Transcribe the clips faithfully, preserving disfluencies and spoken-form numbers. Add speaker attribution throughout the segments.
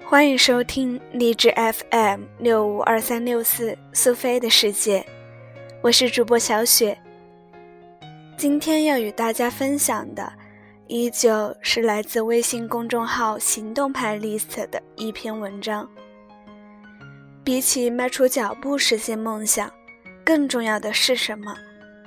Speaker 1: 欢迎收听荔枝 F M 六五二三六四苏菲的世界，我是主播小雪。今天要与大家分享的依旧是来自微信公众号行动派 list 的一篇文章。比起迈出脚步实现梦想，更重要的是什么？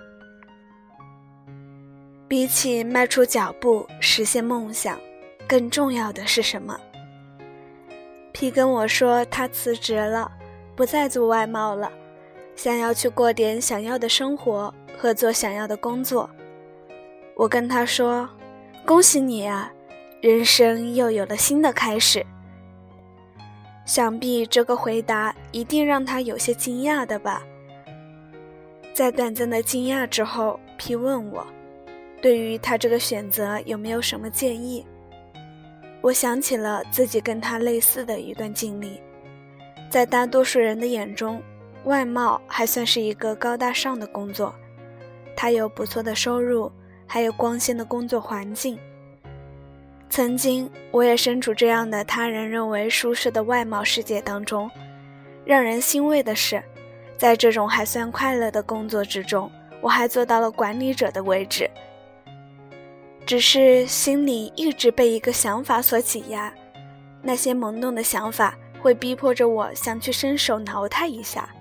Speaker 1: 比起迈出脚步实现梦想，更重要的是什么？P 跟我说他辞职了，不再做外贸了，想要去过点想要的生活和做想要的工作。我跟他说，恭喜你啊，人生又有了新的开始。想必这个回答一定让他有些惊讶的吧。在短暂的惊讶之后， P 问我，对于他这个选择有没有什么建议？我想起了自己跟他类似的一段经历，在大多数人的眼中，外贸还算是一个高大上的工作，它有不错的收入，还有光鲜的工作环境。曾经我也身处这样的他人认为舒适的外贸世界当中，让人欣慰的是，在这种还算快乐的工作之中，我还做到了管理者的位置。只是心里一直被一个想法所挤压，那些萌动的想法会逼迫着我想去伸手挠它一下。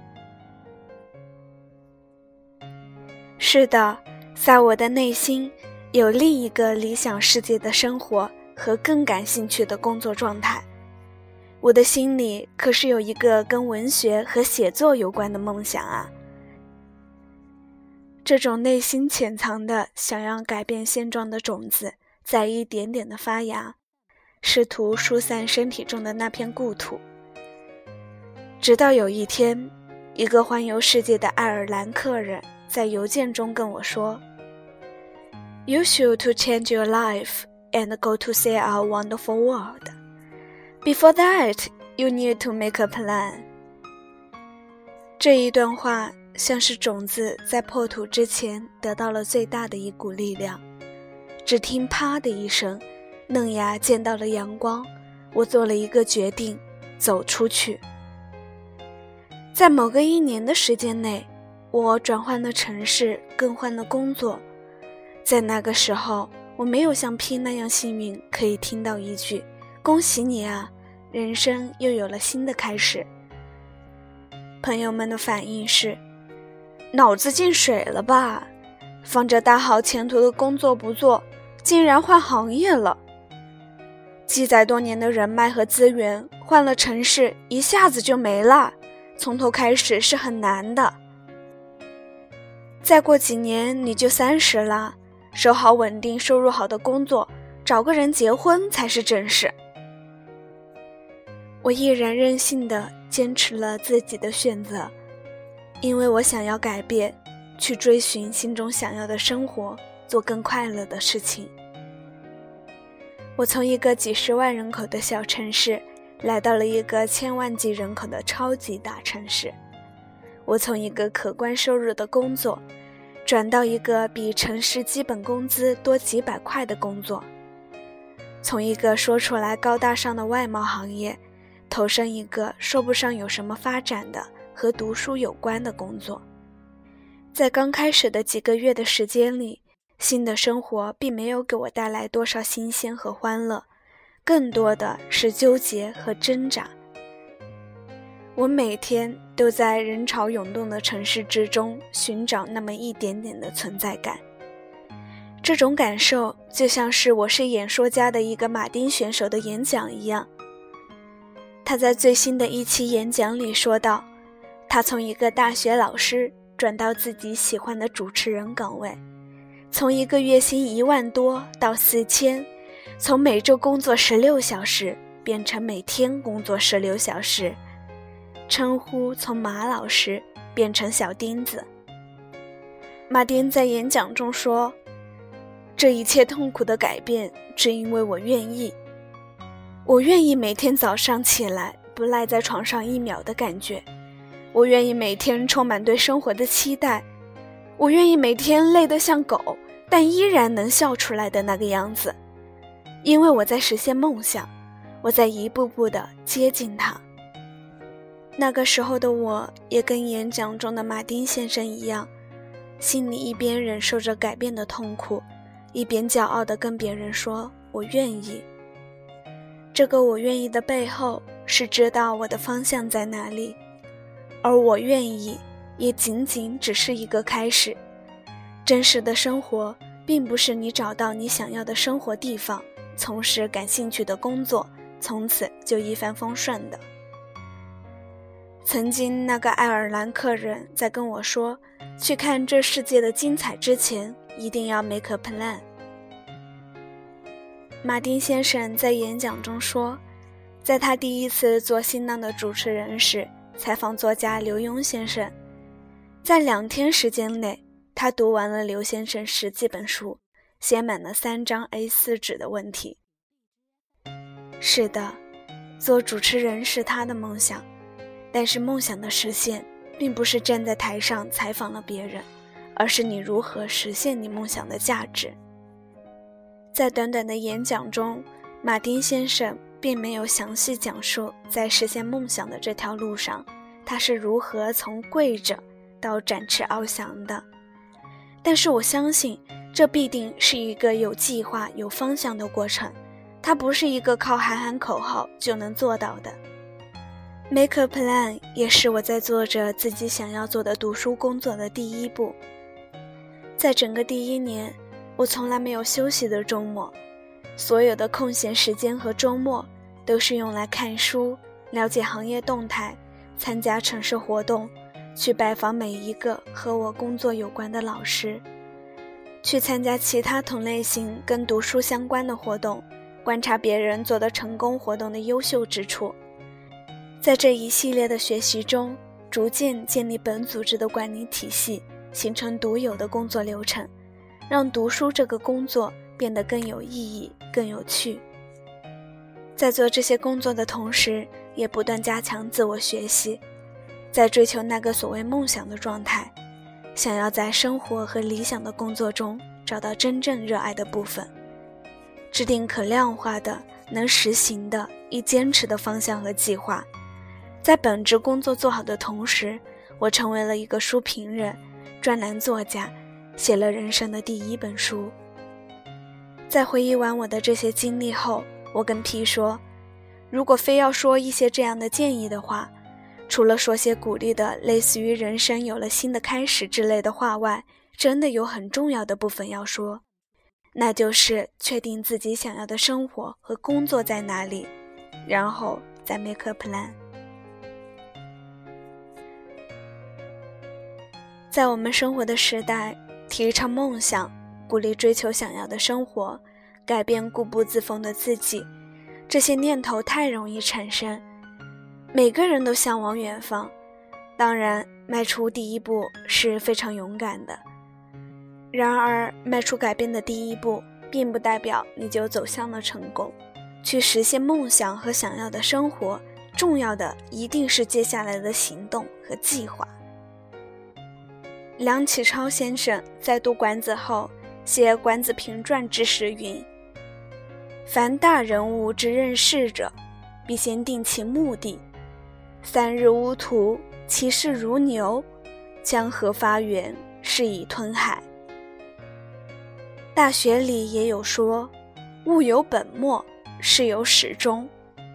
Speaker 1: 是的，在我的内心有另一个理想世界的生活和更感兴趣的工作状态。我的心里可是有一个跟文学和写作有关的梦想啊。这种内心潜藏的想要改变现状的种子在一点点的发芽，试图疏散身体中的那片故土。直到有一天，一个环游世界的爱尔兰客人在邮件中跟我说， You should to change your life and go to see our wonderful world. Before that, you need to make a plan. 这一段话像是种子在破土之前得到了最大的一股力量，只听啪的一声，嫩芽见到了阳光。我做了一个决定，走出去。在某个一年的时间内，我转换了城市，更换了工作。在那个时候，我没有像 P 那样幸运，可以听到一句恭喜你啊，人生又有了新的开始。朋友们的反应是，脑子进水了吧，放着大好前途的工作不做，竟然换行业了。积攒多年的人脉和资源，换了城市一下子就没了，从头开始是很难的。再过几年你就三十了，守好稳定收入好的工作，找个人结婚才是正事。我毅然任性地坚持了自己的选择，因为我想要改变，去追寻心中想要的生活，做更快乐的事情。我从一个几十万人口的小城市，来到了一个千万级人口的超级大城市。我从一个可观收入的工作，转到一个比城市基本工资多几百块的工作。从一个说出来高大上的外贸行业，投身一个说不上有什么发展的和读书有关的工作。在刚开始的几个月的时间里，新的生活并没有给我带来多少新鲜和欢乐，更多的是纠结和挣扎。我每天都在人潮涌动的城市之中寻找那么一点点的存在感。这种感受就像是我是演说家的一个马丁选手的演讲一样。他在最新的一期演讲里说道，他从一个大学老师转到自己喜欢的主持人岗位，从一个月薪一万多到四千，从每周工作十六小时变成每天工作十六小时，称呼从马老师变成小钉子。马丁在演讲中说，这一切痛苦的改变只因为我愿意。我愿意每天早上起来不赖在床上一秒的感觉，我愿意每天充满对生活的期待，我愿意每天累得像狗，但依然能笑出来的那个样子。因为我在实现梦想， 我在一步步地接近它。那个时候的我也跟演讲中的马丁先生一样，心里一边忍受着改变的痛苦，一边骄傲地跟别人说我愿意。这个我愿意的背后是知道我的方向在哪里，而我愿意也仅仅只是一个开始。真实的生活并不是你找到你想要的生活地方，从事感兴趣的工作，从此就一帆风顺的。曾经那个爱尔兰客人在跟我说，去看这世界的精彩之前，一定要 make a plan。马丁先生在演讲中说，在他第一次做新浪的主持人时，采访作家刘墉先生，在两天时间内，他读完了刘先生十几本书，写满了三张 A 四 纸的问题。是的，做主持人是他的梦想，但是梦想的实现并不是站在台上采访了别人，而是你如何实现你梦想的价值。在短短的演讲中，马丁先生并没有详细讲述在实现梦想的这条路上，他是如何从跪着到展翅翱翔的。但是我相信，这必定是一个有计划、有方向的过程，它不是一个靠喊喊口号就能做到的。Make a plan 也是我在做着自己想要做的读书工作的第一步。在整个第一年，我从来没有休息的周末，所有的空闲时间和周末都是用来看书、了解行业动态、参加城市活动，去拜访每一个和我工作有关的老师，去参加其他同类型跟读书相关的活动，观察别人做的成功活动的优秀之处。在这一系列的学习中，逐渐建立本组织的管理体系，形成独有的工作流程，让读书这个工作变得更有意义、更有趣。在做这些工作的同时，也不断加强自我学习，在追求那个所谓梦想的状态，想要在生活和理想的工作中找到真正热爱的部分，制定可量化的、能实行的、易坚持的方向和计划。在本职工作做好的同时，我成为了一个书评人、专栏作家，写了人生的第一本书。在回忆完我的这些经历后，我跟 P 说，如果非要说一些这样的建议的话，除了说些鼓励的类似于人生有了新的开始之类的话外，真的有很重要的部分要说，那就是确定自己想要的生活和工作在哪里，然后再 make a plan。在我们生活的时代，提倡梦想，鼓励追求想要的生活，改变固步自封的自己，这些念头太容易产生。每个人都向往远方，当然迈出第一步是非常勇敢的。然而迈出改变的第一步，并不代表你就走向了成功。去实现梦想和想要的生活，重要的一定是接下来的行动和计划。梁启超先生在读管子后写《管子评传》之时云：凡大人物之任事者，必先定其目的。三日无图，其势如牛；江河发源，是以吞海。大学里也有说，物有本末，事有始终。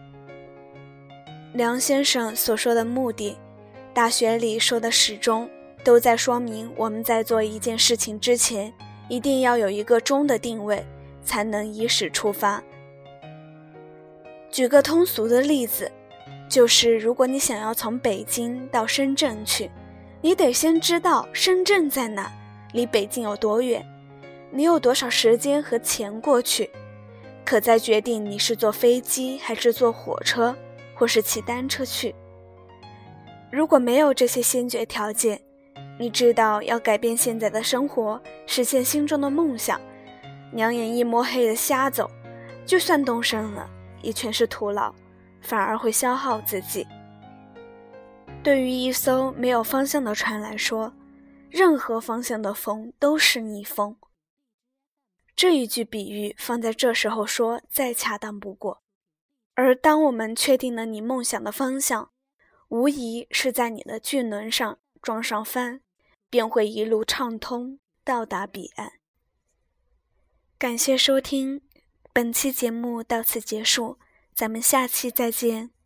Speaker 1: 梁先生所说的目的，大学里说的始终，都在说明我们在做一件事情之前，一定要有一个终的定位，才能以始出发。举个通俗的例子，就是如果你想要从北京到深圳去，你得先知道深圳在哪，离北京有多远，你有多少时间和钱过去，可再决定你是坐飞机还是坐火车，或是骑单车去。如果没有这些先决条件，你知道要改变现在的生活，实现心中的梦想，两眼一摸黑的瞎走，就算动身了，也全是徒劳，反而会消耗自己。对于一艘没有方向的船来说，任何方向的风都是逆风。这一句比喻放在这时候说再恰当不过。 而当我们确定了你梦想的方向，无疑是在你的巨轮上装上帆，便会一路畅通到达彼岸。感谢收听，本期节目到此结束，咱们下期再见。